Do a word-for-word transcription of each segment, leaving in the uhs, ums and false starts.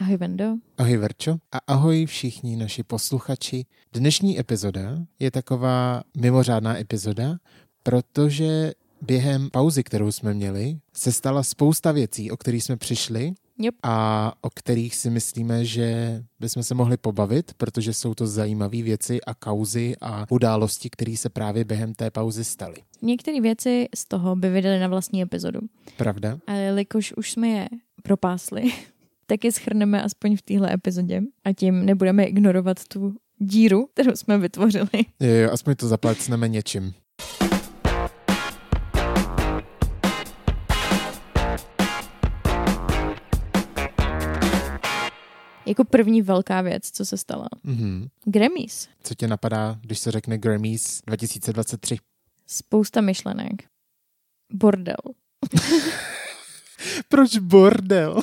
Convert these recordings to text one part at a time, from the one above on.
Ahoj Vendo. Ahoj Verčo a ahoj všichni naši posluchači. Dnešní epizoda je taková mimořádná epizoda, protože během pauzy, kterou jsme měli, se stala spousta věcí, o kterých jsme přišli yep. a o kterých si myslíme, že bychom se mohli pobavit, protože jsou to zajímavé věci a kauzy a události, které se právě během té pauzy staly. Některé věci z toho by vydali na vlastní epizodu. Pravda? Ale jelikož už jsme je propásli, tak je shrneme aspoň v téhle epizodě a tím nebudeme ignorovat tu díru, kterou jsme vytvořili. Jo, jo, aspoň to zaplácneme něčím. Jako první velká věc, co se stala. Mm-hmm. Grammys. Co tě napadá, když se řekne Grammys dva tisíce dvacet tři? Spousta myšlenek. Bordel. Proč bordel?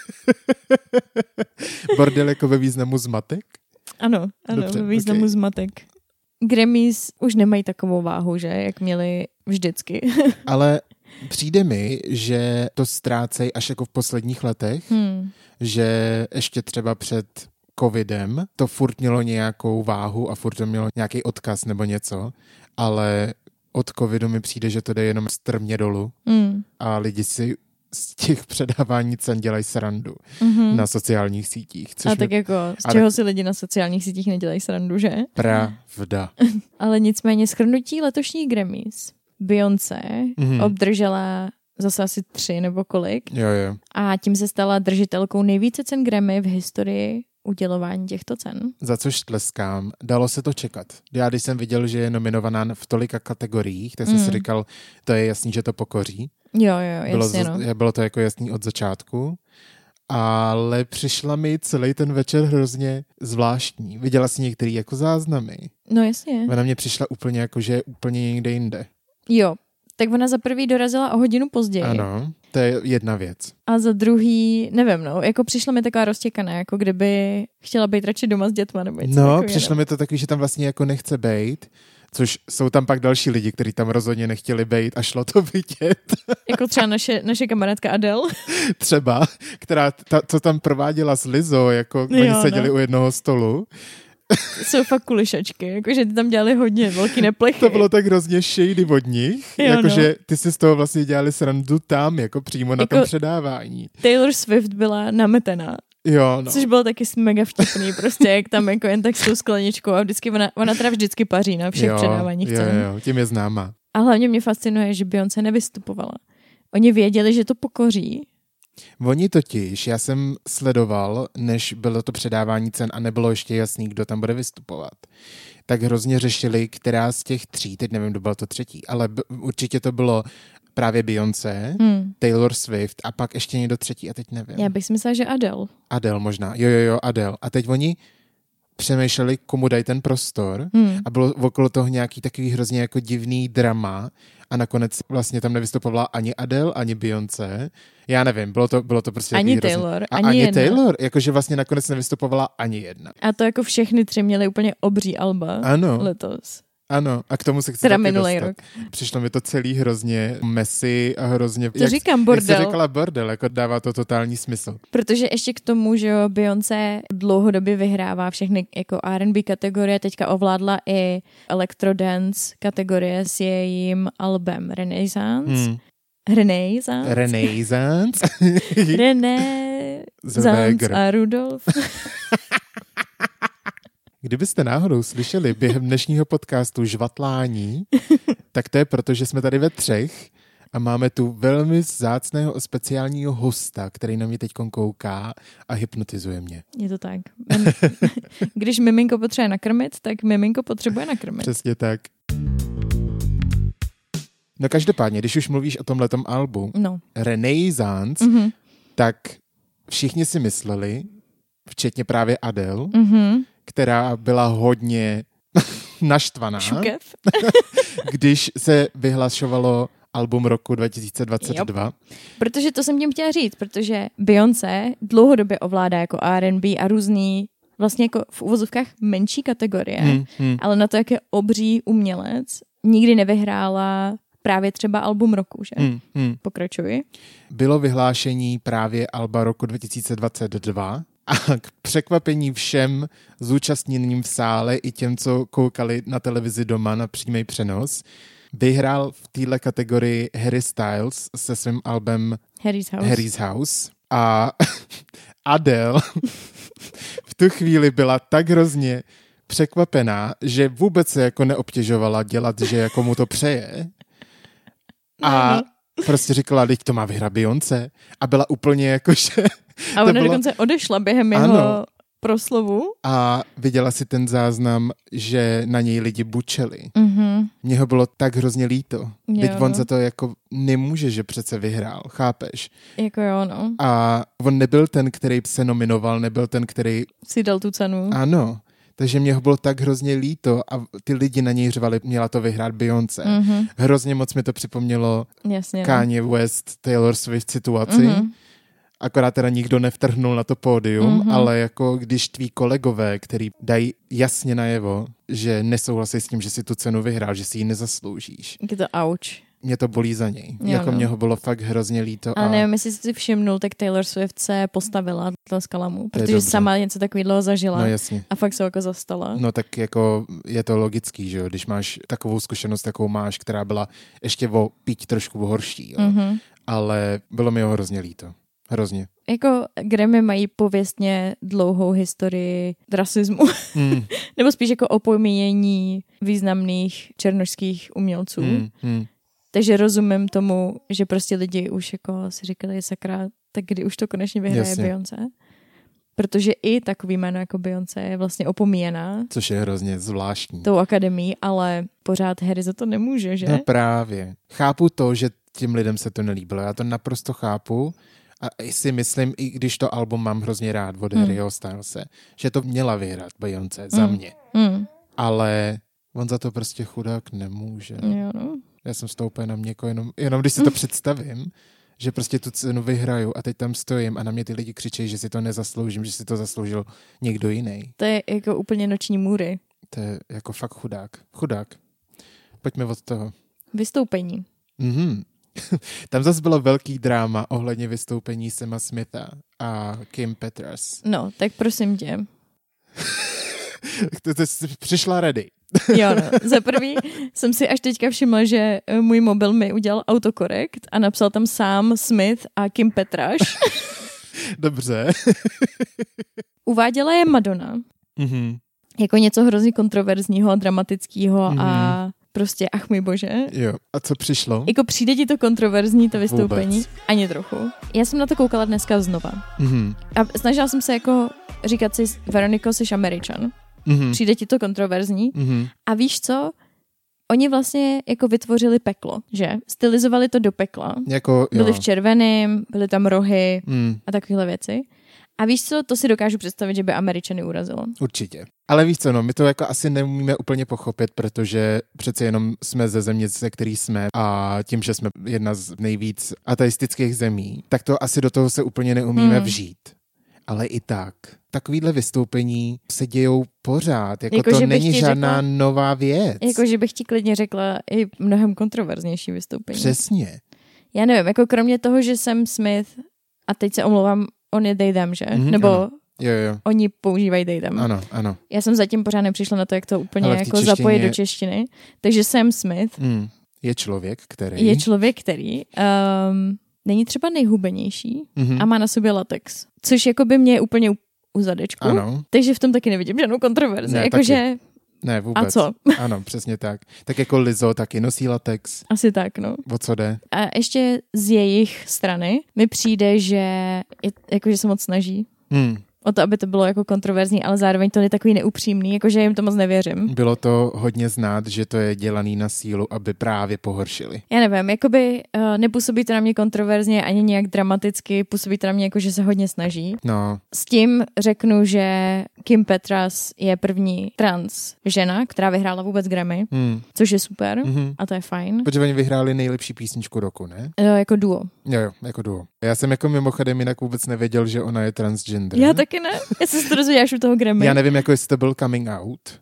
Bordel jako ve významu zmatek? Ano, ano, Dobře, ve významu okay. zmatek. Grammys už nemají takovou váhu, že? Jak měli vždycky. Ale přijde mi, že to ztrácejí až jako v posledních letech, Hmm. že ještě třeba před covidem to furt mělo nějakou váhu a furt to mělo nějaký odkaz nebo něco, ale od covidu mi přijde, že to jde jenom strmě dolů Hmm. a lidi si z těch předávání cen dělají srandu Mm-hmm. na sociálních sítích. Což a tak mi... jako, z ale... čeho si lidi na sociálních sítích nedělají srandu, že? Pravda. Ale nicméně shrnutí letošních Grammys. Beyoncé Mhm. obdržela zase asi tři nebo kolik Jo, jo. a tím se stala držitelkou nejvíce cen Grammy v historii udělování těchto cen. Za což tleskám. Dalo se to čekat. Já když jsem viděl, že je nominovaná v tolika kategoriích, tak jsem Mm. si říkal, to je jasný, že to pokoří. Jo, jo, Bylo, jasně, z- no. bylo to jako jasný od začátku. Ale přišla mi celý ten večer hrozně zvláštní. Viděla jsi některý jako záznamy. No jasně. Ona mě přišla úplně jako, že je úplně někde jinde. Jo, tak ona za prvý dorazila o hodinu později. Ano, to je jedna věc. A za druhý, nevím, no, jako přišla mi taková roztěkaná, jako kdyby chtěla být radši doma s dětma nebo něco No, takového. přišlo mi to takový, že tam vlastně jako nechce bejt, což jsou tam pak další lidi, kteří tam rozhodně nechtěli bejt a šlo to vidět. Jako třeba naše, naše kamarádka Adele. Třeba, která, ta, co tam prováděla s Lizou, jako Jo, oni no. seděli u jednoho stolu. Jsou fakt kulišačky, jakože ty tam dělali hodně velký neplechy. To bylo tak hrozně shady od nich, Jo, jakože ty si z toho vlastně dělali srandu tam, jako přímo na Jako- tom předávání. Taylor Swift byla nametená, Jo, no. což bylo taky mega vtipný, prostě jak tam jako jen tak s tou skleničkou a vždycky ona, ona teda vždycky paří na všech jo, předáváních jo, cen. jo, tím je známa. A hlavně mě fascinuje, že Beyoncé nevystupovala. Oni věděli, že to pokoří. Oni totiž, já jsem sledoval, než bylo to předávání cen a nebylo ještě jasný, kdo tam bude vystupovat, tak hrozně řešili, která z těch tří, teď nevím, kdo byl to třetí, ale b- určitě to bylo právě Beyoncé, Hmm. Taylor Swift a pak ještě někdo třetí a teď nevím. Já bych si myslela, že Adele. Adele možná, jo, jo, jo, Adele. A teď oni přemýšleli, komu dají ten prostor Hmm. a bylo okolo toho nějaký takový hrozně jako divný drama a nakonec vlastně tam nevystupovala ani Adele, ani Beyoncé. Já nevím, bylo to, bylo to prostě Ani takový hrozně... Taylor, a ani ani jedna. Taylor, jakože vlastně nakonec nevystupovala ani jedna. A to jako všechny tři měly úplně obří alba Ano, letos. ano. A k tomu se chci Teda taky minulý dostat. rok. Přišlo mi to celý hrozně messy a hrozně... To říkám bordel. Jak jsi říkala bordel, jako dává to totální smysl. Protože ještě k tomu, že jo, Beyoncé dlouhodobě vyhrává všechny jako R and B kategorie, teďka ovládla i electrodance kategorie s jejím albem Renaissance. Hmm. Renaissance? Renaissance. Renaissance a Rudolf. Kdybyste náhodou slyšeli během dnešního podcastu žvatlání, tak to je proto, že jsme tady ve třech a máme tu velmi vzácného a speciálního hosta, který na mě teď kouká a hypnotizuje mě. Je to tak. Když miminko potřebuje nakrmit, tak miminko potřebuje nakrmit. Přesně tak. No každopádně, když už mluvíš o tomhletom albu No. Renaissance, Mhm. tak všichni si mysleli, včetně právě Adele, Mhm. která byla hodně naštvaná, Šukev. když se vyhlašovalo album roku dva tisíce dvacet dva. Yep. Protože to jsem tím chtěla říct, protože Beyoncé dlouhodobě ovládá jako R and B a různý vlastně jako v uvozovkách menší kategorie, Hmm, hmm. ale na to, jak je obří umělec, nikdy nevyhrála právě třeba album roku, že? Hmm, hmm. Pokračuji. Bylo vyhlášení právě alba roku dva tisíce dvacet dva A k překvapení všem zúčastněným v sále i těm, co koukali na televizi doma na přímý přenos, vyhrál v téhle kategorii Harry Styles se svým albem Harry's House. Harry's House. A Adele v tu chvíli byla tak hrozně překvapená, že vůbec se jako neobtěžovala dělat, že jako mu to přeje. A prostě říkala, teď to má vyhrát Beyoncé. A byla úplně jako, že... A ona bylo... dokonce odešla během jeho ano. proslovu. A viděla si ten záznam, že na něj lidi bučeli. Mm-hmm. Mně ho bylo tak hrozně líto. Jo, teď on no. za to jako nemůže, že přece vyhrál, chápeš? Jako jo, no. A on nebyl ten, který se nominoval, nebyl ten, který... Si dal tu cenu. Ano. Takže mě ho bylo tak hrozně líto a ty lidi na něj řvali, měla to vyhrát Beyoncé. Mm-hmm. Hrozně moc mi to připomnělo Jasně, Kanye no. West, Taylor Swift situaci. Mm-hmm. Akorát teda nikdo nevtrhnul na to pódium, mm-hmm. ale jako když tví kolegové, který dají jasně najevo, že nesouhlasí s tím, že si tu cenu vyhrál, že si ji nezasloužíš. Je to auč. Mě to bolí za něj. Jo, jako no. mě ho bylo fakt hrozně líto. Ale a... nevím, jestli jsi si všimnul, tak Taylor Swift se postavila, tleskala mu, protože sama něco takového zažila. No jasně. A fakt se jako zastala. No tak jako je to logický, že jo, když máš takovou zkušenost, takovou máš, která byla ještě o píť trošku horší, jo. Mm-hmm. Ale bylo mi ho hrozně líto. Hrozně. Jako Grammy mají pověstně dlouhou historii rasismu. Mm. Nebo spíš jako opomíjení významných černošských umělců. Mm. Mm. Takže rozumím tomu, že prostě lidi už jako si říkali sakra, tak kdy už to konečně vyhraje Beyoncé. Protože i takový jméno jako Beyoncé je vlastně opomíjená. Což je hrozně zvláštní. Tou akademií, ale pořád Harry za to nemůže, že? No právě. Chápu to, že těm lidem se to nelíbilo. Já to naprosto chápu. A si myslím, i když to album mám hrozně rád od hmm. Harryho Stylese, že to měla vyhrát Beyoncé za hmm. mě. Hmm. Ale on za to prostě chudák nemůže. Jo, no. Já jsem stoupil na měko, jenom, jenom když si to představím, že prostě tu cenu vyhraju a teď tam stojím a na mě ty lidi křičejí, že si to nezasloužím, že si to zasloužil někdo jiný. To je jako úplně noční můry. To je jako fakt chudák. Chudák. Pojďme od toho. Vystoupení. Mhm. Tam zase bylo velký dráma ohledně vystoupení Sama Smitha a Kim Petras. No, tak prosím tě. to, to přišla ready. Jo, no. Za prvý jsem si až teďka všimla, že můj mobil mi udělal autokorekt a napsal tam Sam Smith a Kim Petras. Dobře. Uváděla je Madonna. Mm-hmm. Jako něco hrozně kontroverzního, dramatického mm-hmm. a prostě, ach můj bože. Jo, a co přišlo? Jako přijde ti to kontroverzní, to vystoupení? Vůbec. Ani trochu. Já jsem na to koukala dneska znova. Mm-hmm. A snažila jsem se jako říkat si, Veroniko, jsi Američan. Mm-hmm. Přijde ti to kontroverzní. Mm-hmm. A víš co? Oni vlastně jako vytvořili peklo, že? Stylizovali to do pekla. Jako, byli v červeném, byly tam rohy mm. a takovéhle věci. A víš co, to si dokážu představit, že by Američany urazilo. Určitě. Ale víš co, no, my to jako asi neumíme úplně pochopit, protože přece jenom jsme ze země, ze který jsme a tím, že jsme jedna z nejvíc ateistických zemí, tak to asi do toho se úplně neumíme mm. vžít. Ale i tak. Takovýhle vystoupení se dějou pořád. Jako, jako to není žádná řekla, nová věc. Jako, že bych ti klidně řekla i mnohem kontroverznější vystoupení. Přesně. Já nevím, jako kromě toho, že Sam Smith, a teď se omlouvám, on je they them, že? Mm-hmm, Nebo ano. Jo, jo. Oni používají they them. Ano, ano. Já jsem zatím pořád nepřišla na to, jak to úplně jako češtině... zapojit do češtiny. Takže Sam Smith mm, je člověk, který... Je člověk, který... Um, není třeba nejhubenější mm-hmm. a má na sobě latex. Což jako by mě je úplně u zadečku. Ano. Takže v tom taky nevidím žádnou kontroverzi. Ne, Jakože... Ne, vůbec. A co? Ano, přesně tak. Tak jako Lizzo taky nosí latex. Asi tak, no. O co jde? A ještě z jejich strany mi přijde, že je, jakože se moc snaží. Hmm. O to, aby to bylo jako kontroverzní, ale zároveň to je takový neupřímný, jakože jim to moc nevěřím. Bylo to hodně znát, že to je dělaný na sílu, aby právě pohoršili. Já nevím, jakoby uh, nepůsobí to na mě kontroverzně ani nějak dramaticky, působí to na mě jako, že se hodně snaží. No. S tím řeknu, že Kim Petras je první trans žena, která vyhrála vůbec Grammy, hmm. což je super mm-hmm. a to je fajn. Protože oni vyhráli nejlepší písničku roku, ne? Jo, jako duo. Jo, jo, jako duo. Já jsem jako mimochodem jinak vůbec nevěděl, že ona je transgender. Já taky ne. Já jsem se to dozvěděla až u toho Grammy. Já nevím, jako jestli to byl coming out.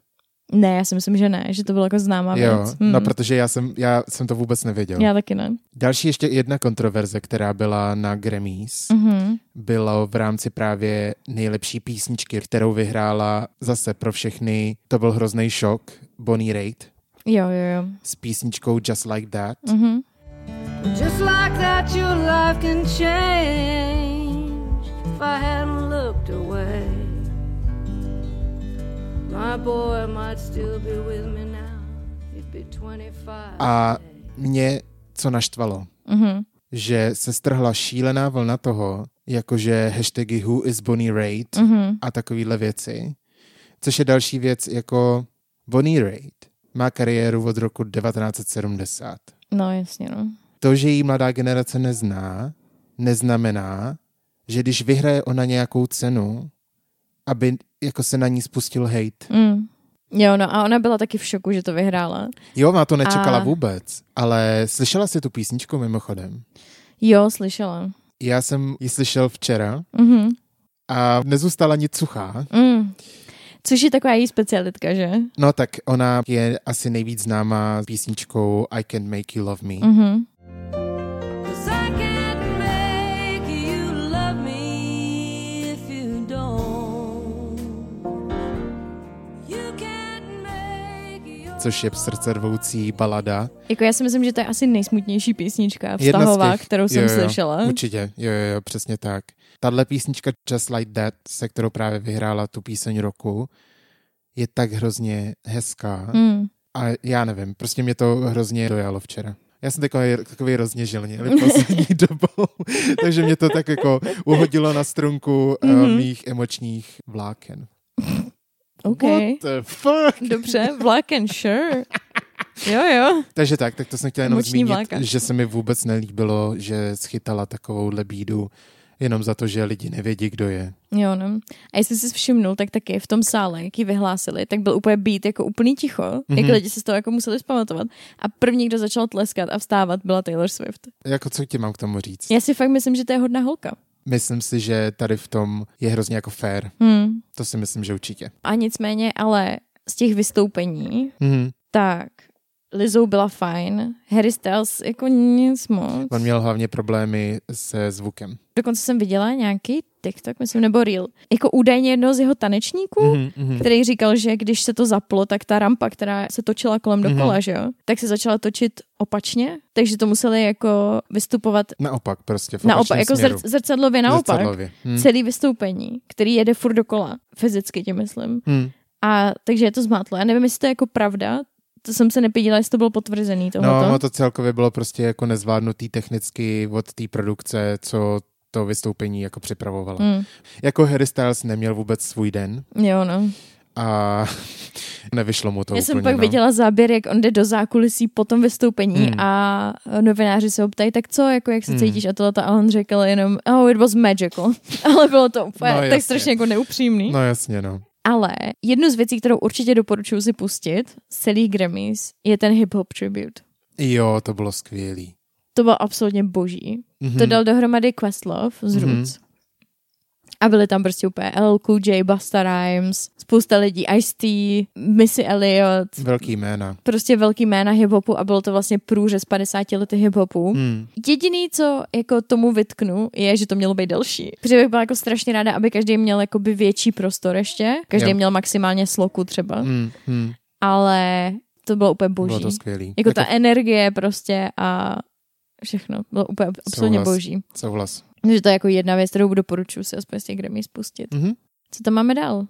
Ne, já si myslím, že ne, že to byla jako známá jo, věc. Hmm. No, protože já jsem, já jsem to vůbec nevěděl. Já taky ne. Další ještě jedna kontroverze, která byla na Grammys, Mm-hmm. bylo v rámci právě nejlepší písničky, kterou vyhrála zase pro všechny. To byl hrozný šok. Bonnie Raitt. Jo, jo, jo. S písničkou Just Like That. Mm-hmm. Just like that your life can change if I hadn't looked away. My boy might still be with me now. He'd be twenty-five. A mě co naštvalo, Mm-hmm. že se strhla šílená vlna toho, jakože hashtagy Who is Bonnie Raitt Mm-hmm. a takovýhle věci. Což je další věc, jako Bonnie Raitt má kariéru od roku devatenáct set sedmdesát. No, jasně, no. To, že jí mladá generace nezná, neznamená, že když vyhraje ona nějakou cenu, aby jako se na ní spustil hate. Mm. Jo, no a ona byla taky v šoku, že to vyhrála. Jo, má to nečekala a... vůbec, ale slyšela jsi tu písničku mimochodem? Jo, slyšela. Já jsem ji slyšel včera Mm-hmm. a nezůstala nic suchá. Mm. Což je taková její specialitka, že? No tak ona je asi nejvíc známá písničkou I Can Make You Love Me. Mm-hmm. Což je srdcervoucí balada. Jako já si myslím, že to je asi nejsmutnější písnička vztahová, těch, kterou jsem jo, jo, slyšela. Určitě, jo, jo, jo, přesně tak. Tahle písnička Just Like That, se kterou právě vyhrála tu píseň roku, je tak hrozně hezká. Hmm. A já nevím, prostě mě to hrozně dojalo včera. Já jsem takový, takový rozněžilný poslední dobou, takže mě to tak jako uhodilo na strunku mm-hmm. uh, mých emočních vláken. OK. What the fuck? Dobře, vláken, sure. Jo, jo. Takže tak, tak to jsem chtěla jenom Emoční zmínit, vláka. že se mi vůbec nelíbilo, že schytala takovouhle bídu jenom za to, že lidi nevědí, kdo je. Jo, no. A jestli jsi všimnul, tak taky v tom sále, jak ji vyhlásili, tak byl úplně beat jako úplný ticho. Mm-hmm. Jako lidi se z toho jako museli zpamatovat. A první, kdo začal tleskat a vstávat, byla Taylor Swift. Jako co ti mám k tomu říct? Já si fakt myslím, že to je hodná holka. Myslím si, že tady v tom je hrozně jako fair. Hmm. To si myslím, že určitě. A nicméně, ale z těch vystoupení, Mm-hmm. tak Lizzo byla fajn, Harry Styles jako nic moc. On měl hlavně problémy se zvukem. Dokonce jsem viděla nějaký TikTok, myslím, nebo Reel, jako údajně jednoho z jeho tanečníků, Mm-hmm, mm-hmm. který říkal, že když se to zaplo, tak ta rampa, která se točila kolem Mm-hmm. dokola, že jo, tak se začala točit opačně, takže to museli jako vystupovat Naopak prostě, v naopak, jako směru. zr- zrcadlově naopak. Zrcadlově. Hmm. Celý vystoupení, který jede furt dokola, fyzicky tím myslím. Hmm. A takže je to zmátlo. Já nevím, jestli to je jako pravda, to jsem se nepědila, jestli to bylo potvrzený tohleto. No, to celkově bylo prostě jako nezvládnutý technicky od té produkce, co to vystoupení jako připravovala. Hmm. Jako Harry Styles neměl vůbec svůj den Jo, no. a nevyšlo mu to Já úplně. jsem pak no. viděla záběr, jak on jde do zákulisí po tom vystoupení Hmm. a novináři se ho ptají, tak co, jako jak se Hmm. cítíš a tohleto a on řekl jenom, oh, it was magical. Ale bylo to úplně No, tak jasně. strašně jako neupřímný. No jasně, no. Ale jednu z věcí, kterou určitě doporučuji si pustit z celých Grammys, je ten hip-hop tribute. Jo, to bylo skvělý. To bylo absolutně boží. Mm-hmm. To dal dohromady Questlove z Mhm. Roots. A byli tam prostě úplně L L Cool J, Busta Rhymes, spousta lidí, Ice-T, Missy Elliott, Velký jména. prostě velký jména hip-hopu a bylo to vlastně průřez padesáti lety hip-hopu. Hmm. Jediný, co jako tomu vytknu, je, že to mělo být delší. Protože bych byla jako strašně ráda, aby každý měl jakoby větší prostor ještě. Každý Jo. měl maximálně sloku třeba. Hmm. Hmm. Ale to bylo úplně boží. Bylo to skvělý. Jako ta energie prostě a všechno. Bylo úplně absolutně Souhlas. boží. Souhlas. Takže to je jako jedna věc, kterou doporučuji si aspoň z těch Grammy spustit. Mhm. Co tam máme dál?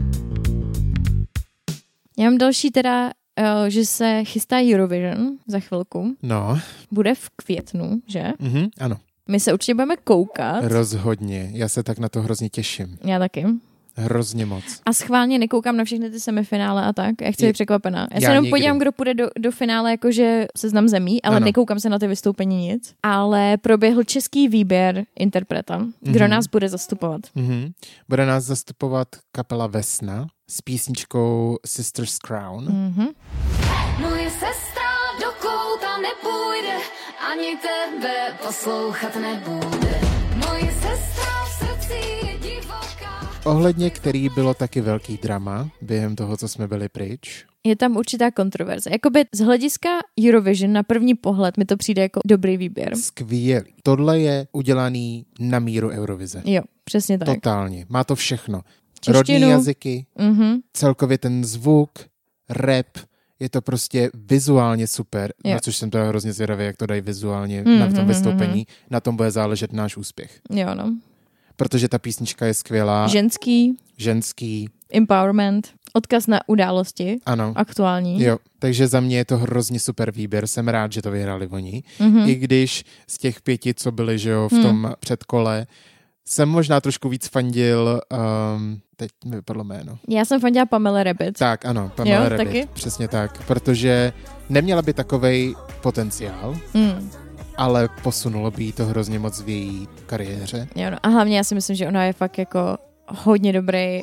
Já mám další teda, uh, že se chystá Eurovision za chvilku. No. Bude v květnu, že? Mhm. Ano. My se určitě budeme koukat. Rozhodně. Já se tak na to hrozně těším. Já taky. Hrozně moc. A schválně nekoukám na všechny ty semifinále a tak. Já chci Je- být překvapená. Já, já se jenom nikdy. podívám, kdo půjde do, do finále, jakože seznam zemí, ale Ano. nekoukám se na ty vystoupení nic. Ale proběhl český výběr interpreta. Kdo Mhm. nás bude zastupovat? Mhm. Bude nás zastupovat kapela Vesna s písničkou Sister's Crown. Mhm. Moje sestra do kouta nepůjde, ani tebe poslouchat nebude. Moje sestra v srdci je divoká, ohledně který bylo taky velký drama během toho, co jsme byli pryč. Je tam určitá kontroverze. Jakoby z hlediska Eurovision na první pohled mi to přijde jako dobrý výběr. Skvělý. Tohle je udělaný na míru Eurovize. Jo, přesně tak. Totálně. Má to všechno. Češtinu. Rodný jazyky, Mm-hmm. celkově ten zvuk, rap, je to prostě vizuálně super, jo. Na což jsem teda hrozně zvědavý, jak to dají vizuálně mm-hmm, na tom vystoupení. Mm-hmm. Na tom bude záležet náš úspěch. Jo, no. Protože ta písnička je skvělá. Ženský. Ženský. Empowerment. Odkaz na události. Ano. Aktuální. Jo, takže za mě je to hrozně super výběr. Jsem rád, že to vyhráli oni. Mm-hmm. I když z těch pěti, co byli, že jo, v tom mm. předkole, jsem možná trošku víc fandil, um, teď mi vypadlo jméno. Já jsem fandila Pamela Rabbit. Tak, ano, Pamela jo, Rabbit. Taky? Přesně tak, protože neměla by takovej potenciál, mm. ale posunulo by jí to hrozně moc v její kariéře. Jo, no. A hlavně já si myslím, že ona je fakt jako hodně dobrý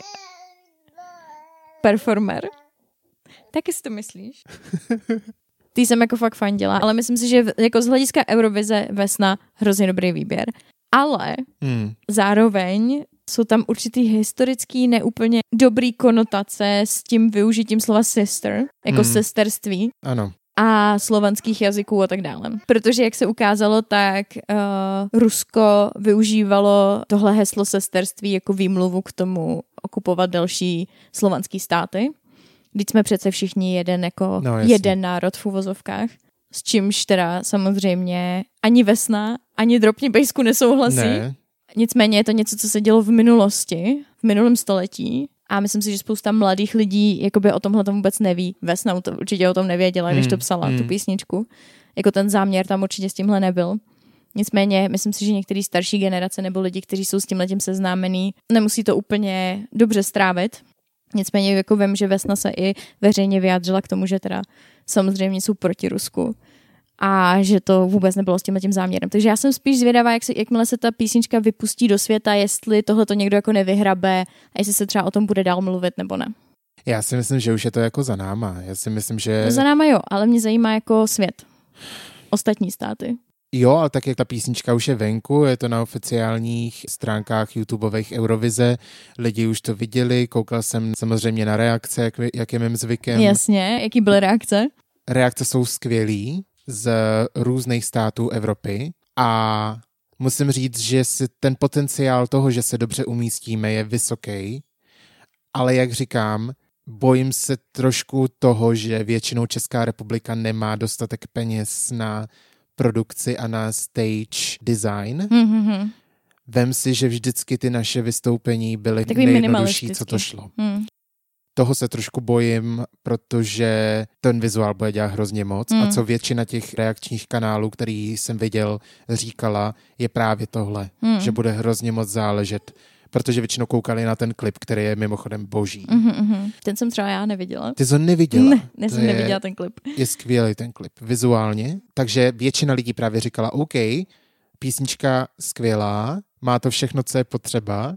performer. Taky si to myslíš? Ty jsem jako fakt fandila, ale myslím si, že jako z hlediska Eurovize Vesna hrozně dobrý výběr. Ale hmm. zároveň jsou tam určitý historický neúplně dobrý konotace s tím využitím slova sister, jako hmm. sesterství. Ano. A slovanských jazyků a tak dále. Protože jak se ukázalo, tak uh, Rusko využívalo tohle heslo sesterství jako výmluvu k tomu okupovat další slovanský státy. Vždyť jsme přece všichni jeden jako no, jeden národ v uvozovkách. S čímž teda samozřejmě ani Vesna, ani Dropni Bejsku nesouhlasí. Ne. Nicméně je to něco, co se dělo v minulosti, v minulém století. A myslím si, že spousta mladých lidí jakoby o tomhle tomu vůbec neví. Vesna to určitě o tom nevěděla, když to psala, mm. tu písničku. Jako ten záměr tam určitě s tímhle nebyl. Nicméně, myslím si, že některý starší generace nebo lidi, kteří jsou s tímhletím seznámení, nemusí to úplně dobře strávit. Nicméně jako vím, že Vesna se i veřejně vyjádřila k tomu, že teda samozřejmě jsou proti Rusku a že to vůbec nebylo s tímhletím záměrem. Takže já jsem spíš zvědavá, jak se, jakmile se ta písnička vypustí do světa, jestli tohle to někdo jako nevyhrabe a jestli se třeba o tom bude dál mluvit nebo ne. Já si myslím, že už je to jako za náma. Já si myslím, že... No za náma jo, ale mě zajímá jako svět. Ostatní státy. Jo, ale tak jak ta písnička už je venku, je to na oficiálních stránkách YouTubeových Eurovize, lidi už to viděli, koukal jsem samozřejmě na reakce, jak, jak je mým zvykem. Jasně, jaký byly reakce? Reakce jsou skvělý z různých států Evropy a musím říct, že si ten potenciál toho, že se dobře umístíme, je vysoký, ale jak říkám, bojím se trošku toho, že většinou Česká republika nemá dostatek peněz na produkci a na stage design. Mm-hmm. Vem si, že vždycky ty naše vystoupení byly takový nejjednodušší, co to šlo. Mm. Toho se trošku bojím, protože ten vizuál bude dělat hrozně moc mm. a co většina těch reakčních kanálů, který jsem viděl, říkala, je právě tohle, mm. že bude hrozně moc záležet, protože většinou koukali na ten klip, který je mimochodem boží. Mm-hmm. Ten jsem třeba já neviděla. Ty jsi ho neviděla? Ne, ne jsem je, neviděla ten klip. Je skvělý ten klip, vizuálně. Takže většina lidí právě říkala, OK, písnička skvělá, má to všechno, co je potřeba,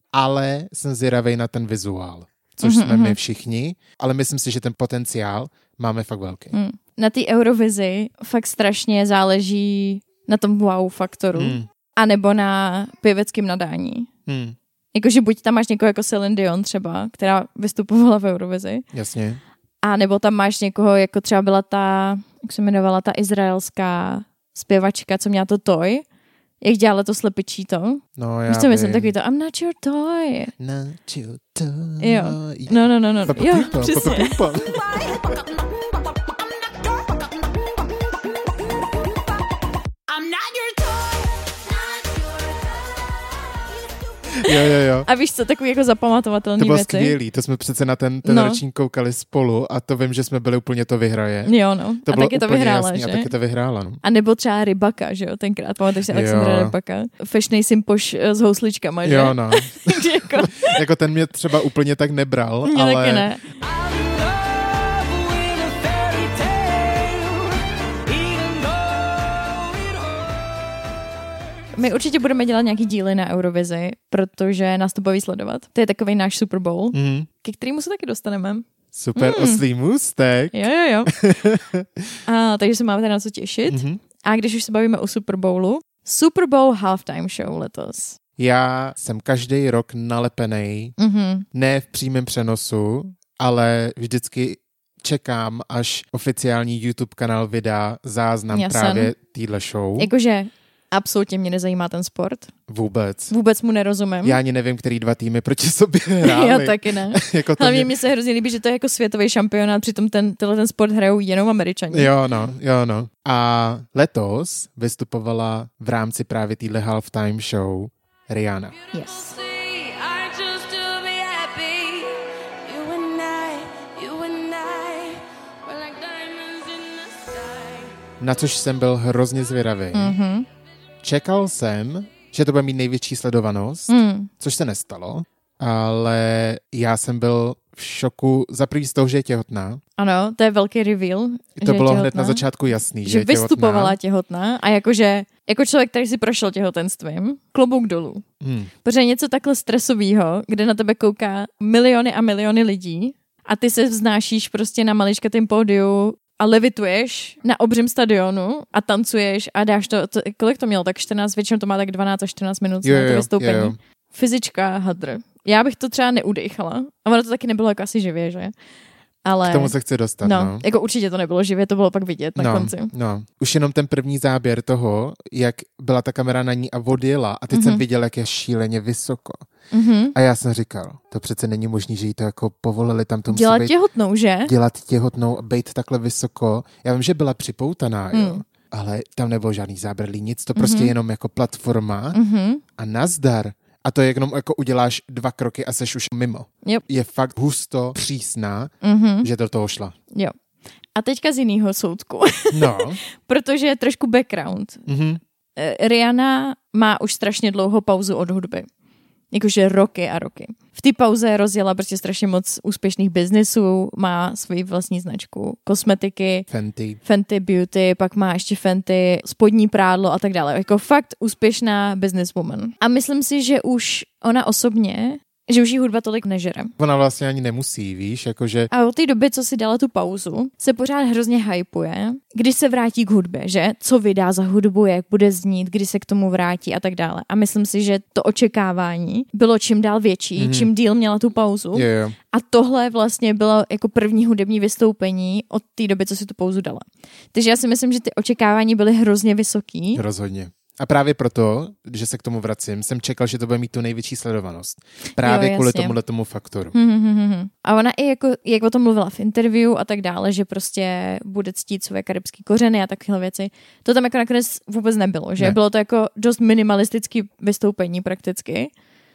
ale jsem zvědavej na ten vizuál, což mm-hmm. jsme my všichni, ale myslím si, že ten potenciál máme fakt velký. Mm. Na té Eurovizi fakt strašně záleží na tom wow faktoru, mm. anebo na pěveckém nadání. Hmm. Jakože buď tam máš někoho jako Celine Dion třeba, která vystupovala v Eurovizi. Jasně. A nebo tam máš někoho, jako třeba byla ta, jak se jmenovala, ta izraelská zpěvačka, co měla to Toy. Jak dělala to slepičí to. No já Víš, co myslím, takový to I'm not your toy. Not your toy. Jo. No, no, no, no. Jo, přesně. Jo, jo, jo. A víš co, takový jako zapamatovatelný věci. To bylo věci. Skvělý, to jsme přece na ten, ten no. ročník koukali spolu a to vím, že jsme byli úplně to vyhraje. Jo, no. To a taky to vyhrála, jasný, že? A taky to vyhrála, no. A nebo třeba Rybaka, že jo, tenkrát, pamatuješ si Alexandra Rybaka. Fešnej Simpoš s housličkama, že? Jo, no. jako... jako ten mě třeba úplně tak nebral, mě ale... taky ne. My určitě budeme dělat nějaký díly na Eurovizi, protože nás to baví sledovat. To je takový náš Super Bowl, mm. ke kterému se taky dostaneme. Super mm. oslý můstek. Jo, jo, jo. A, takže se máme teda na co těšit. Mm-hmm. A když už se bavíme o Super Bowlu, Super Bowl halftime show letos. Já jsem každý rok nalepenej, mm-hmm. ne v přímém přenosu, ale vždycky čekám, až oficiální YouTube kanál vydá záznam Jasem. právě týhle show. Jakože absolutně mě nezajímá ten sport. Vůbec. Vůbec mu nerozumím. Já ani nevím, který dva týmy proti sobě hráli. Já taky ne. jako Hlavně mě... mi se hrozně líbí, že to je jako světový šampionát, přitom ten, tenhle ten sport hrajou jenom Američani. Jo no, jo no. A letos vystupovala v rámci právě týhle halftime show Rihanna. Yes. Na což jsem byl hrozně zvědavý. Mm-hmm. Čekal jsem, že to bude mít největší sledovanost, mm. což se nestalo, ale já jsem byl v šoku za první z toho, že je těhotná. Ano, to je velký reveal. To bylo hned na začátku jasný, že, že je těhotná. vystupovala těhotná a jakože jako člověk, který si prošel těhotenstvím, klobouk dolů. Hmm. Protože něco takhle stresového, kde na tebe kouká miliony a miliony lidí a ty se vznášíš prostě na maličkatém pódiu a levituješ na obřím stadionu a tancuješ a dáš to, to kolik to mělo, tak čtrnáct, většinou to má tak dvanáct až čtrnáct minut jo, na to vystoupení. Jo, jo. Fyzička hadr. Já bych to třeba neudejchala. A ono to taky nebylo jako asi živě, že? Ale... K tomu se chci dostat, no. no. Jako určitě to nebylo živě, to bylo pak vidět na no, konci. No. Už jenom ten první záběr toho, jak byla ta kamera na ní a odjela a teď mm-hmm. jsem viděl, jak je šíleně vysoko. Mm-hmm. A já jsem říkal, to přece není možný, že jí to jako povolili tam tomu dělat být, těhotnou, že? Dělat těhotnou a být takhle vysoko. Já vím, že byla připoutaná, mm. jo. Ale tam nebylo žádný záběrlí, nic, to prostě mm-hmm. jenom jako platforma mm-hmm. a nazdar. A to je jenom jako uděláš dva kroky a seš už mimo. Yep. Je fakt husto přísná, mm-hmm. že do toho šla. Jo. A teďka z jiného soudku. No. Protože je trošku background. Mm-hmm. Rihanna má už strašně dlouhou pauzu od hudby. Jakože roky a roky. V té pauze rozjela prostě strašně moc úspěšných biznisů, má svoji vlastní značku kosmetiky, Fenty. Fenty Beauty, pak má ještě Fenty spodní prádlo a tak dále. Jako fakt úspěšná businesswoman. A myslím si, že už ona osobně, že už jí hudba tolik nežere. Ona vlastně ani nemusí, víš, jakože... A od té doby, co si dala tu pauzu, se pořád hrozně hypuje, když se vrátí k hudbě, že? Co vydá za hudbu, jak bude znít, kdy se k tomu vrátí a tak dále. A myslím si, že to očekávání bylo čím dál větší, mm-hmm. čím díl měla tu pauzu. Jo, jo. A tohle vlastně bylo jako první hudební vystoupení od té doby, co si tu pauzu dala. Takže já si myslím, že ty očekávání byly hrozně vysoký. Rozhodně. A právě proto, že se k tomu vracím, jsem čekal, že to bude mít tu největší sledovanost. Právě jo, kvůli tomuhle tomu faktoru. Hmm, hmm, hmm. A ona i jako, jak o tom mluvila v interview a tak dále, že prostě bude ctít své karibské kořeny a takové věci. To tam jako nakonec vůbec nebylo, že? Ne. Bylo to jako dost minimalistické vystoupení prakticky.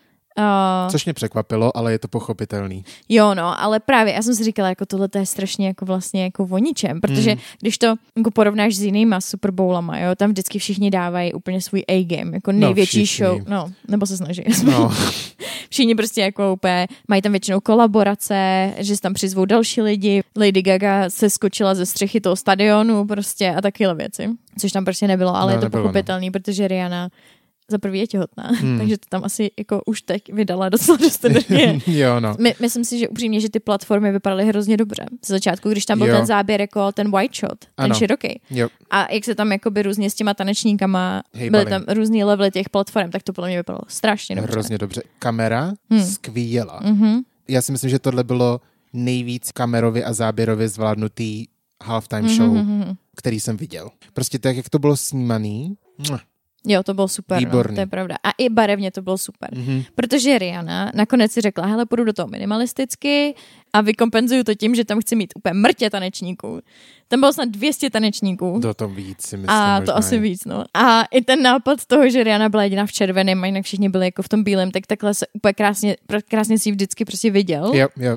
Uh, Což mě překvapilo, ale je to pochopitelný. Jo, no, ale právě já jsem si říkala, jako tohle to je strašně jako vlastně jako o ničem, protože mm. když to jako porovnáš s jinýma Super Bowlama, jo, tam vždycky všichni dávají úplně svůj A-game, jako největší no, show, no, nebo se snaží. No. Všichni prostě jako úplně mají tam většinou kolaborace, že se tam přizvou další lidi. Lady Gaga se skočila ze střechy toho stadionu prostě a takové věci, což tam prostě nebylo, ale no, je to pochopitelný, no. Protože Rihanna za prvý je těhotná, hmm. takže to tam asi jako už teď vydala docela dost energie. Jo, no. My, myslím si, že upřímně, že ty platformy vypadaly hrozně dobře. Z začátku, když tam byl jo. ten záběr jako ten white shot, ten ano. široký. Jo. A jak se tam jakoby různě s těma tanečníkama, Hejbali. byly tam různý levely těch platform, tak to podle mě vypadalo strašně dobře. Hrozně dobře. Kamera hmm. skvěla. Mm-hmm. Já si myslím, že tohle bylo nejvíc kamerově a záběrově zvládnutý halftime mm-hmm. show, který jsem viděl. Prostě tak, jak to bylo snímaný, jo, to bylo super, no, to je pravda. A i barevně to bylo super. Mm-hmm. Protože Rihanna nakonec si řekla, hele, půjdu do toho minimalisticky a vykompenzuju to tím, že tam chci mít úplně mrtě tanečníků. Tam bylo snad dvě stě tanečníků. Do toho víc, si myslím. A to asi je. víc, no. A i ten nápad toho, že Rihanna byla jediná v červeném a jinak všichni byli jako v tom bílém, tak takhle se úplně krásně, krásně si ji vždycky prostě viděl. Jo, jo.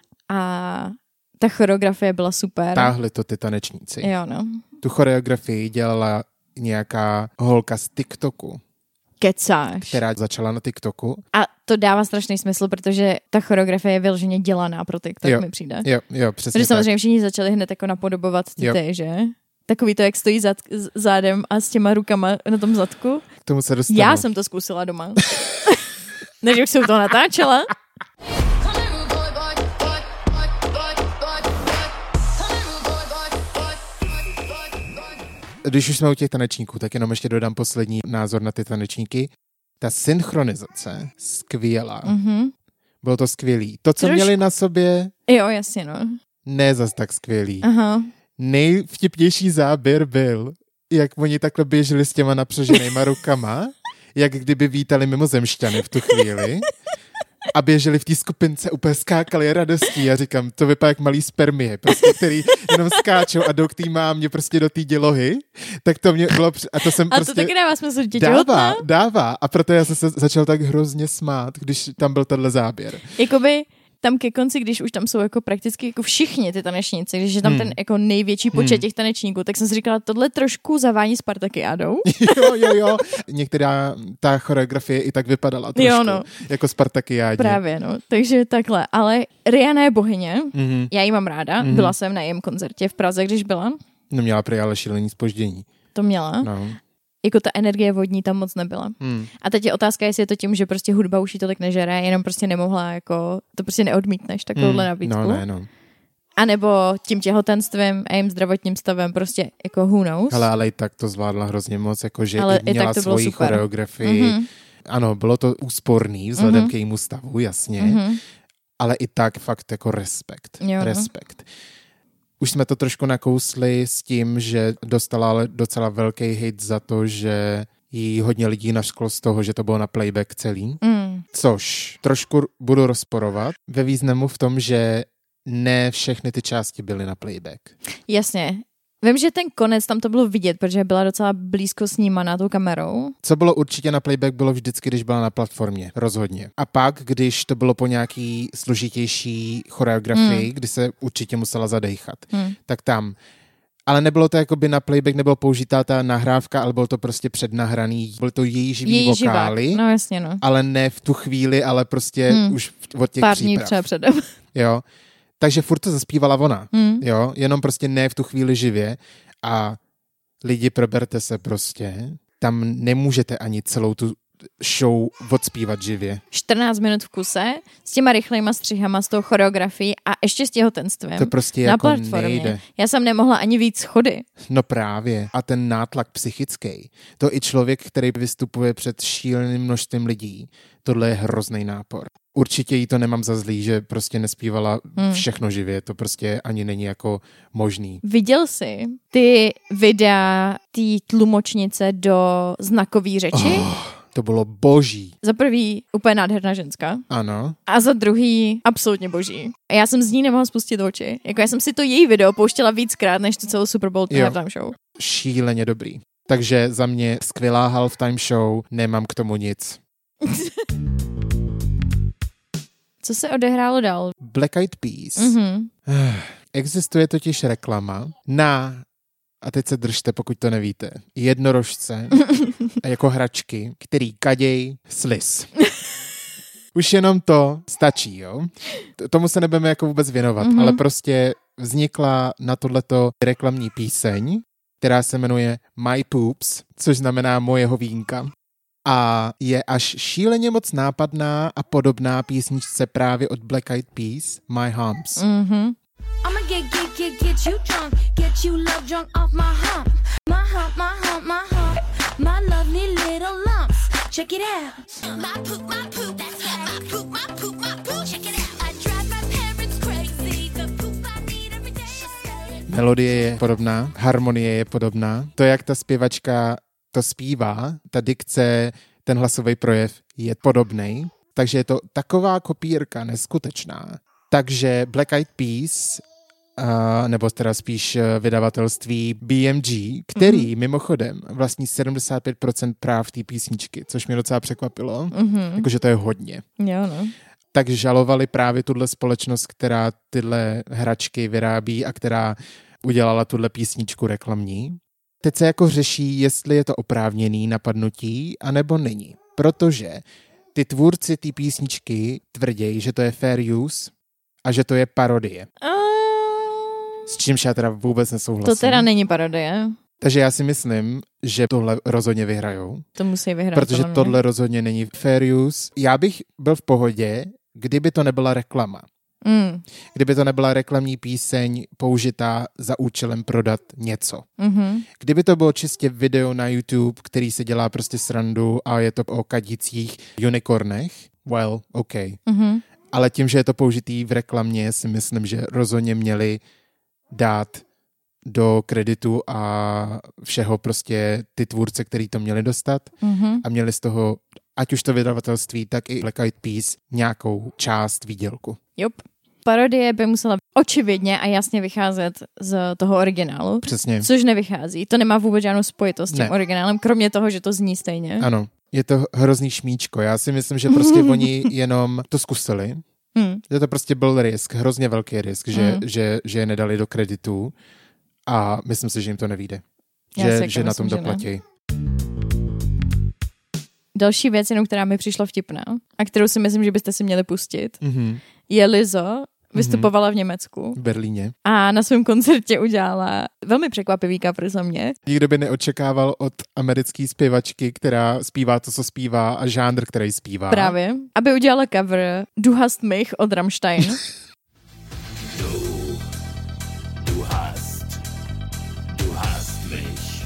A ta choreografie byla super. Táhli to ty tanečníci. Jo, no. Tu choreografii dělala nějaká holka z TikToku. Kecáš. Která začala na TikToku. A to dává strašný smysl, protože ta choreografie je vyloženě dělaná pro TikTok, jo, mi přijde. Jo, jo, přesně protože samozřejmě všichni začali hned jako napodobovat ty, ty že? Takový to, jak stojí zad, zádem a s těma rukama na tom zadku. K tomu se dostanu. Já jsem to zkusila doma. Než už jsem to natáčela. Když už jsme u těch tanečníků, tak jenom ještě dodám poslední názor na ty tanečníky. Ta synchronizace skvělá. Mm-hmm. Bylo to skvělý. To, co Trošku... měli na sobě, jo, jasně, no. ne zas tak skvělý. Aha. Nejvtipnější záběr byl, jak oni takhle běželi s těma napřeženýma rukama, jak kdyby vítali mimozemšťany v tu chvíli a běželi v té skupince, úplně skákali radostí. Já říkám, to vypadá jak malý spermie, prostě, který jenom skáčou a jdou k té mámě prostě do té dělohy. Tak to mě bylo... A to jsem a prostě... to taky dává smysl, že Dává, dává. A proto já jsem se začal tak hrozně smát, když tam byl tenhle záběr. Jakoby... tam ke konci, když už tam jsou jako prakticky jako všichni ty tanečníci, když je tam hmm. ten jako největší počet hmm. těch tanečníků, tak jsem si říkala, tohle trošku zavání Spartakiádou. jo, jo, jo. Některá ta choreografie i tak vypadala trošku. Jo, no. Jako Spartakiádě. Právě, no. Takže takhle. Ale Rihanna je bohyně. Mm-hmm. Já ji mám ráda. Mm-hmm. Byla jsem na jejím koncertě v Praze, když byla. No měla prý ale šílený zpoždění. To měla. No. Jako ta energie vodní tam moc nebyla. Hmm. A teď je otázka, jestli je to tím, že prostě hudba už jí tolik nežere, jenom prostě nemohla, jako, to prostě neodmítneš, takovouhle hmm. nabídku. No, ne, no. A nebo tím těhotenstvím a jejím zdravotním stavem, prostě jako who knows. Hele, ale i tak to zvládla hrozně moc, jakože ale měla svoji choreografii. Mm-hmm. Ano, bylo to úsporný vzhledem mm-hmm. k jejímu stavu, jasně. Mm-hmm. Ale i tak fakt jako respekt. Jo, respekt. Už jsme to trošku nakousli s tím, že dostala ale docela velký hit za to, že jí hodně lidí našklo z toho, že to bylo na playback celý. Mm. Což trošku budu rozporovat ve významu v tom, že ne všechny ty části byly na playback. Jasně. Vím, že ten konec tam to bylo vidět, protože byla docela blízko snímaná tou kamerou. Co bylo určitě na playback, bylo vždycky, když byla na platformě. Rozhodně. A pak, když to bylo po nějaký složitější choreografii, hmm. kdy se určitě musela zadejchat, hmm. tak tam. Ale nebylo to jakoby na playback, nebylo použitá ta nahrávka, ale bylo to prostě přednahraný. Byl to její živý její vokály. Živák. No jasně, no. Ale ne v tu chvíli, ale prostě hmm. už od těch pár příprav. Pár dní třeba předem. Jo. Takže furt to zaspívala ona, hmm. jo, jenom prostě ne v tu chvíli živě a lidi, proberte se prostě, tam nemůžete ani celou tu show odspívat živě. čtrnáct minut v kuse, s těma rychlejma střihama, s tou choreografií a ještě s těhotenstvím. To prostě na jako platformě. nejde. Já jsem nemohla ani víc schody. No právě. A ten nátlak psychický. To i člověk, který vystupuje před šíleným množstvím lidí, tohle je hrozný nápor. Určitě jí to nemám za zlý, že prostě nespívala hmm. všechno živě, to prostě ani není jako možný. Viděl jsi ty videa té tlumočnice do znakové řeči? Oh, to bylo boží. Za prvý úplně nádherná ženská. Ano. A za druhý absolutně boží. A já jsem z ní nemohla spustit oči. Jako já jsem si to její video pouštěla víckrát, než to celou Super Bowl halftime show. Šíleně dobrý. Takže za mě skvělá halftime show, nemám k tomu nic. Co se odehrálo dál? Black Eyed Peas. Mm-hmm. Existuje totiž reklama na, a teď se držte, pokud to nevíte, jednorožce jako hračky, který kaděj sliz. Už jenom to stačí, jo? Tomu se nebudeme jako vůbec věnovat, mm-hmm. ale prostě vznikla na tohleto reklamní píseň, která se jmenuje My Poops, což znamená moje hovínka. A je až šíleně moc nápadná a podobná písničce právě od Black Eyed Peas, My Humps. Mm-hmm. I'ma get, get, get, get you drunk, get you love drunk off my hump. My hump, my hump, my hump, my lovely little lumps. Check it out. My poop, my poop, that's right. My poop, my poop, my poop, check it out. I drive my parents crazy, the poop I need every day. Melodie je podobná, harmonie je podobná. To, jak ta zpěvačka to zpívá, ta dikce, ten hlasový projev je podobnej, takže je to taková kopírka neskutečná. Takže Black Eyed Peas, uh, nebo teda spíš vydavatelství B M G, který mm-hmm. mimochodem vlastní sedmdesát pět procent práv té písničky, což mě docela překvapilo, mm-hmm. jakože to je hodně. Jo, no. Tak žalovali právě tuhle společnost, která tyhle hračky vyrábí a která udělala tuhle písničku reklamní. Teď se jako řeší, jestli je to oprávněný napadnutí, anebo není. Protože ty tvůrci té písničky tvrdějí, že to je fair use a že to je parodie. Uh... S čímž já teda vůbec nesouhlasím. To teda není parodie. Takže já si myslím, že tohle rozhodně vyhrajou. To musí vyhrát. Protože tohle rozhodně není fair use. Já bych byl v pohodě, kdyby to nebyla reklama. Mm. Kdyby to nebyla reklamní píseň použitá za účelem prodat něco. Mm-hmm. Kdyby to bylo čistě video na YouTube, který se dělá prostě srandu a je to o kadících unicornech, well, OK. Mm-hmm. Ale tím, že je to použitý v reklamě, si myslím, že rozhodně měli dát do kreditu a všeho prostě ty tvůrce, který to měli dostat Mm-hmm. a měli z toho, ať už to vydavatelství, tak i Black Eyed Peas nějakou část výdělku. Jop. Parodie by musela očividně a jasně vycházet z toho originálu. Přesně. Což nevychází. To nemá vůbec žádnou spojitost s tím Ne. originálem, kromě toho, že to zní stejně. Ano, je to hrozný šmíčko. Já si myslím, že prostě oni jenom to zkusili. Hmm. Že to prostě byl risk, hrozně velký risk, že, Hmm. že, že je nedali do kreditu a myslím si, že jim to nevyjde. Já si Že, taky že na myslím, tom že ne. doplatí. Další věc, jenom která mi přišla vtipná a kterou si myslím, že byste si měli pustit, Mhm. je Lizzo. Vystupovala v Německu V Berlíně. a na svém koncertě udělala velmi překvapivý cover za mě. Nikdo by neočekával od americké zpěvačky, která zpívá to, co zpívá a žánr, který zpívá. Právě. Aby udělala cover Du hast mich od Rammstein. Du hast, du hast mich.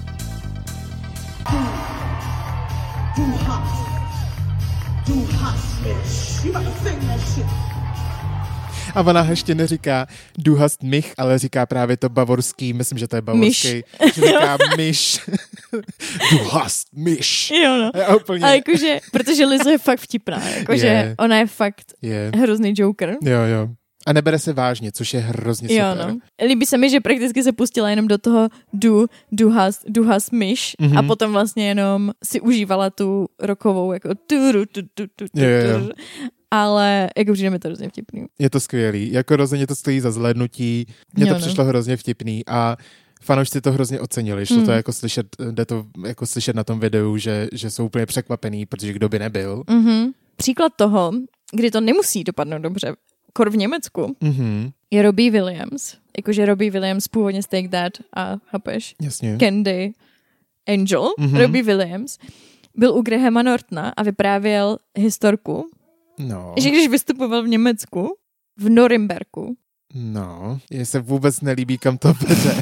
Du hast, du hast mich. You better sing that shit. A ona ještě neříká du hast mich, ale říká právě to bavorský, myslím, že to je bavorský. Že říká myš. Du hast mich. Jo no. A úplně... A jakože, protože Lizzo je fakt vtipná, jakože Je. ona je fakt Je. hrozný joker. Jo, jo. A nebere se vážně, což je hrozně Jo, super. no. Líbí se mi, že prakticky se pustila jenom do toho du, du hast, du hast mich Mhm. a potom vlastně jenom si užívala tu rokovou jako tu, tu, tu, tu, tu, tu, Jo, jo, jo. ale jako přijde mi to hrozně vtipný. Je to skvělý. Jako rozhodně to stojí za zhlédnutí. Mně to Jo, no. přišlo hrozně vtipný a fanoušci to hrozně ocenili. Šlo Mm. to jako slyšet, jde to jako slyšet na tom videu, že, že jsou úplně překvapený, protože kdo by nebyl. Mhm. Příklad toho, kdy to nemusí dopadnout dobře, kor v Německu, Mhm, je Robbie Williams. Jakože Robbie Williams původně z Take That a chápeš? jasně. Candy Angel, Mhm. Robbie Williams, byl u Grahama Nortona a vyprávěl historku, No, že když vystupoval v Německu, v Norimberku, no, je se vůbec nelíbí, kam to vede.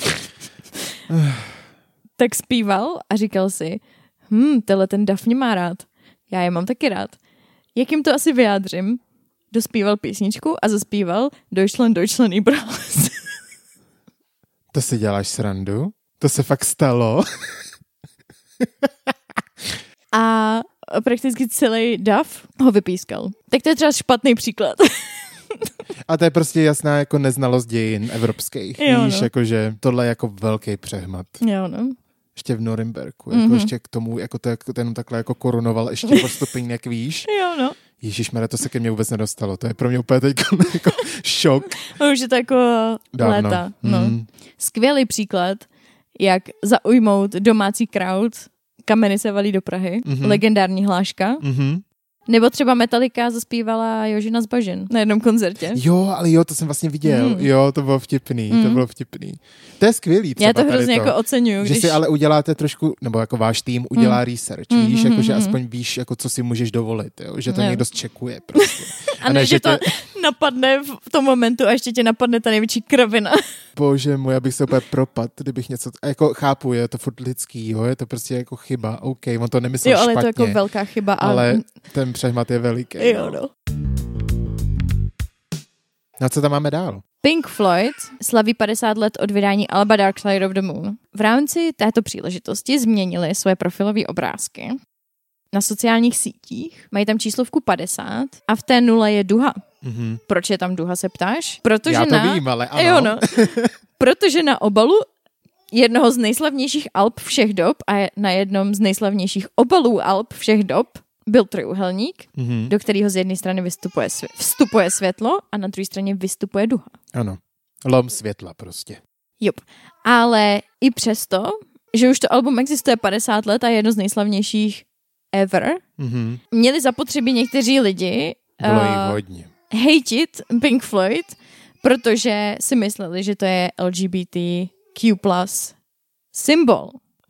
tak zpíval a říkal si, hm, tenhle ten Duff mě má rád, já je mám taky rád. Jak jim to asi vyjádřím? Dospíval písničku a zaspíval Deutschland, Deutschland über alles. To si děláš srandu? To se fakt stalo? A prakticky celý Duff ho vypískal. Tak to je třeba špatný příklad. A to je prostě jasná jako neznalost dějin evropských. Jo, Víš, no. jakože tohle je jako velký přehmat. Jo, no. Ještě v Norimberku, jako Mhm. ještě k tomu, jako to, jako ten takhle jako korunoval ještě po stupínek, víš. Jo, no. Ježišmarja, to se ke mně vůbec nedostalo. To je pro mě úplně teď jako šok. No, už je to jako Dávno. léta. No. Mm. Skvělý příklad, jak zaujmout domácí crowd. Kameny se valí do Prahy. Mhm. Legendární hláška. Mhm. Nebo třeba Metallica zaspívala Jožina z Bažin na jednom koncertě. Jo, ale jo, to jsem vlastně viděl. Mm. Jo, to bylo vtipný, to Mm. bylo vtipný. To je skvělý třeba Já to tady hrozně to. jako oceňuju. Že Když... si ale uděláte trošku, nebo jako váš tým udělá Mm. research, Mm, víš, mm, jako, že mm, aspoň víš, jako, co si můžeš dovolit, jo? Že to Jo. někdo zčekuje prostě. A ne, že to napadne v tom momentu a ještě tě napadne ta největší kravina. Bože můj, já bych se úplně propad, kdybych něco, a jako chápu, je to furt lidský, jo? Je to prostě jako chyba, OK, on to nemyslel Jo, ale špatně, je to jako velká chyba. A... ale ten přehmat je veliký. Jo, no. Na co tam máme dál? Pink Floyd slaví padesát let od vydání alba Dark Side of the Moon. V rámci této příležitosti změnili svoje profilové obrázky na sociálních sítích. Mají tam číslovku padesát a v té nule je duha. Mhm. Proč je tam duha, se ptáš? Protože Já to na... vím, ale ano. Jo, no. Protože na obalu jednoho z nejslavnějších alb všech dob a na jednom z nejslavnějších obalů alb všech dob byl trojúhelník, Mhm. do kterého z jedné strany vystupuje, svě- vstupuje světlo a na druhé straně vystupuje duha. Ano. Lom světla prostě. Jup. Ale i přesto, že už to album existuje padesát let a je jedno z nejslavnějších ever, Mhm. měli zapotřebí někteří lidi Bylo eh, jich hodně. hejtit Pink Floyd, protože si mysleli, že to je L G B T Q plus symbol.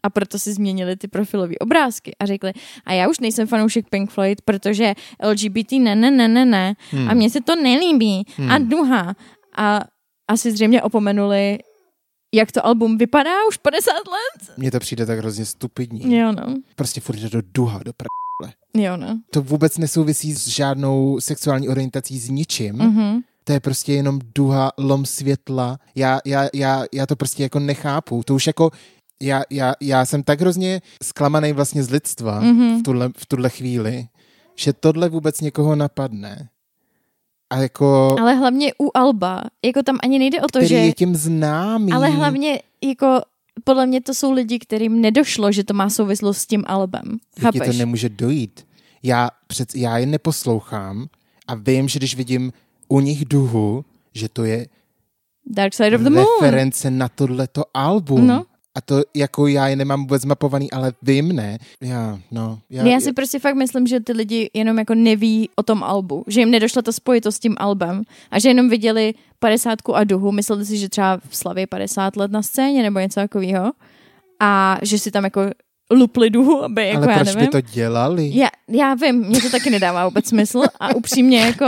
a proto si změnili ty profilové obrázky a řekli, a já už nejsem fanoušek Pink Floyd, protože L G B T ne, ne, ne, ne, ne hmm. a mně se to nelíbí hmm. a duha. A asi zřejmě opomenuli, jak to album vypadá už padesát let. Mně to přijde tak hrozně stupidní. Jo, no. Prostě furt jde do duha, do pr***le. Jo, no. To vůbec nesouvisí s žádnou sexuální orientací, s ničím. Mhm. To je prostě jenom duha, lom světla. Já, já, já, já to prostě jako nechápu. To už jako, já, já, já jsem tak hrozně zklamaný vlastně z lidstva mm-hmm. v, tuhle, v tuhle chvíli, že tohle vůbec někoho napadne. A jako... Ale hlavně u alba, jako tam ani nejde o to, který že... je tím známý. Ale hlavně jako... Podle mě to jsou lidi, kterým nedošlo, že to má souvislost s tím albem. Chápeš? Ti to nemůže dojít. Já, před, já je neposlouchám a vím, že když vidím u nich duhu, že to je Dark Side of the Moon. Reference na tohleto album. No. A to jako já je nemám vůbec mapovaný, ale vím, ne? Já, no. Já, já si já... prostě fakt myslím, že ty lidi jenom jako neví o tom albu. Že jim nedošla ta spojitost s tím albem. A že jenom viděli padesátku a duhu. Mysleli si, že třeba slaví padesát let na scéně nebo něco takového. A že si tam jako lupli duhu, aby jako ale já proč nevím. by to dělali? Já, já vím, mně to taky nedává vůbec smysl. A upřímně jako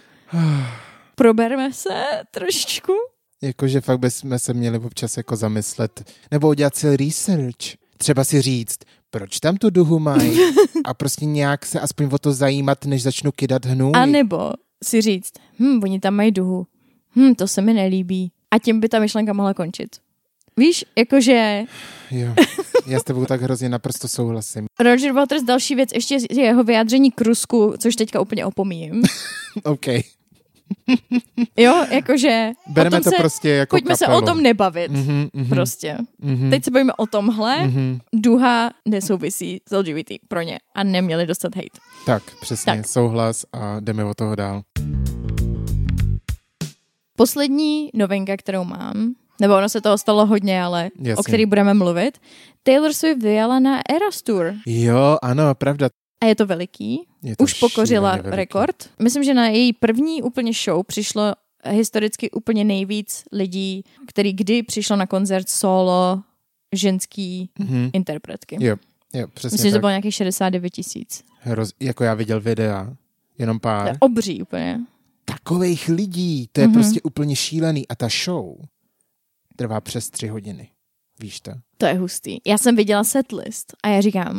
proberme se trošičku. Jakože fakt bychom se měli občas jako zamyslet, nebo udělat si research. Třeba si říct, proč tam tu duhu mají a prostě nějak se aspoň o to zajímat, než začnu kydat hnůj. A nebo si říct, hm, oni tam mají duhu, hm, to se mi nelíbí. A tím by ta myšlenka mohla končit. Víš, jakože... Jo, já s tebou tak hrozně naprosto souhlasím. Roger Waters, další věc, ještě je jeho vyjádření k Rusku, což teďka úplně opomíjím. OK. Jo, jakože... Bereme to se, prostě jako pojďme kapelu. se o tom nebavit. Mm-hmm, mm-hmm, prostě. Mm-hmm. Teď se bavíme o tomhle. Mm-hmm. Duha nesouvisí s L G B T pro ně a neměli dostat hate. Tak, přesně. Tak. Souhlas a jdeme od toho dál. Poslední novinka, kterou mám, nebo ono se toho stalo hodně, ale Jasně. o který budeme mluvit. Taylor Swift vyjela na Eras Tour. Jo, ano, pravda. A je to veliký. Je to Už pokořila veliký. rekord. Myslím, že na její první úplně show přišlo historicky úplně nejvíc lidí, který kdy přišlo na koncert solo ženský mm-hmm. interpretky. Jo, jo, přesně Myslím, že to tak. bylo nějakých šedesát devět tisíc. Hroz... Jako já viděl videa, jenom To pár. je obří úplně. Takovejch lidí, to je Mm-hmm. prostě úplně šílený. A ta show trvá přes tři hodiny. Víš to? To je hustý. Já jsem viděla setlist a já říkám,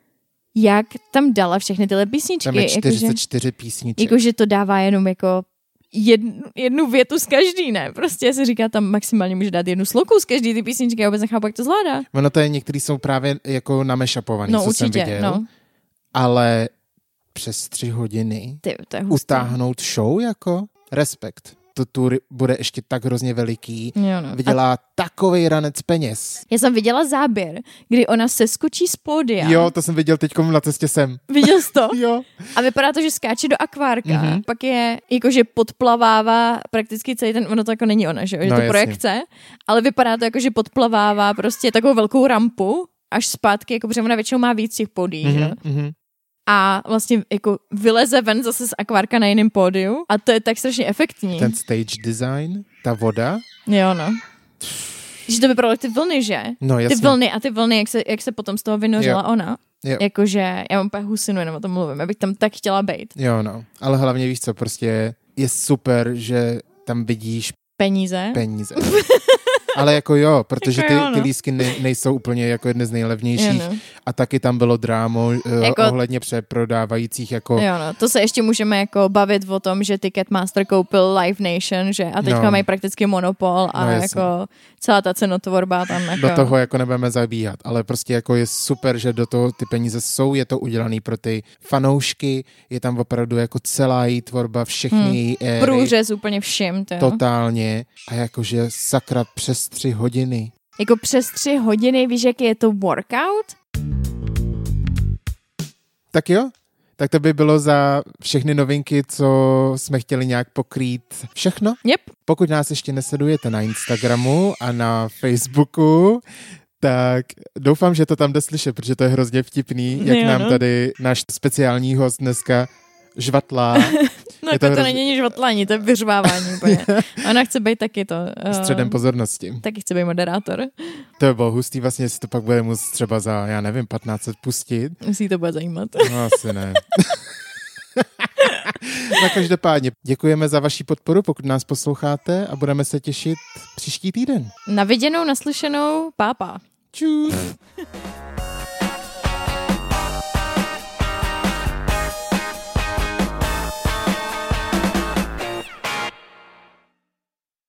jak tam dala všechny tyhle písničky. Tam je čtyřicet jakože, čtyři písniček. jakože to dává jenom jako jednu, jednu větu z každý, ne? Prostě se říká, tam maximálně může dát jednu sloku z každý ty písničky, já vůbec nechápu, jak to zvládá. Ono to je, některý jsou právě jako namešapovaný, No co určitě, jsem viděl. no. Ale přes tři hodiny Ty, to je hustý. utáhnout show jako respekt. To tour bude ještě tak hrozně veliký. Jo, no. Vydělá a... takovej ranec peněz. Já jsem viděla záběr, kdy ona seskočí z pódia. Jo, to jsem viděl teďkom na cestě sem. Viděl jsi to? Jo. A vypadá to, že skáče do akvárka. Mm-hmm. Pak je, jakože podplavává prakticky celý ten, ono to jako není ona, že jo? Je No, to jasně. projekce, ale vypadá to jako, že podplavává prostě takovou velkou rampu až zpátky, jako protože ona většinou má víc těch pódií, mm-hmm. že jo? Mm-hmm. A vlastně jako vyleze ven zase z akvárka na jiném pódiu a to je tak strašně efektní. Ten stage design, ta voda. Jo, no. Že to vypadalo ty vlny, že? No, jasně. Ty vlny a ty vlny, jak se, jak se potom z toho vynořila Jo. ona. Jo. Jakože já mám úplně husinu, jenom o tom mluvím, já bych tam tak chtěla bejt. Jo, no. Ale hlavně víš co, prostě je super, že tam vidíš Peníze. peníze. Ale jako jo, protože ty, Jako jo, no. ty lístky ne, nejsou úplně jako jedny z nejlevnějších. Jo, no. A taky tam bylo drámo jako... Jako- ohledně přeprodávajících jako... Jo, no, to se ještě můžeme jako bavit o tom, že Ticketmaster koupil Live Nation, že? A teďka No. mají prakticky monopol a No, jasně. jako celá ta cenotvorba tam jako... Do toho jako nebudeme zabíhat, ale prostě jako je super, že do toho ty peníze jsou, je to udělaný pro ty fanoušky, je tam opravdu jako celá její tvorba, všechny Hmm. její éry. Průřez úplně všim, to jo. Totálně. A jakože sakra přes tři hodiny. Jako přes tři hodiny, víš, jaký je to workout? Tak jo, tak to by bylo za všechny novinky, co jsme chtěli nějak pokrýt. Všechno? Yep. Pokud nás ještě nesledujete na Instagramu a na Facebooku, tak doufám, že to tam jde slyšet, protože to je hrozně vtipný, jak Jo, nám no. tady náš speciální host dneska žvatlá No jako to, to není žvatlání, to je vyřvávání úplně. Ona chce být taky to. Uh, Středem pozornosti. Taky chce být moderátor. To je bylo hustý, vlastně si to pak bude muset třeba za, já nevím, patnáct let pustit. Musí to bude zajímat. No asi ne. No každopádně děkujeme za vaši podporu, pokud nás posloucháte a budeme se těšit příští týden. Na viděnou, naslyšenou, pápa. Čus.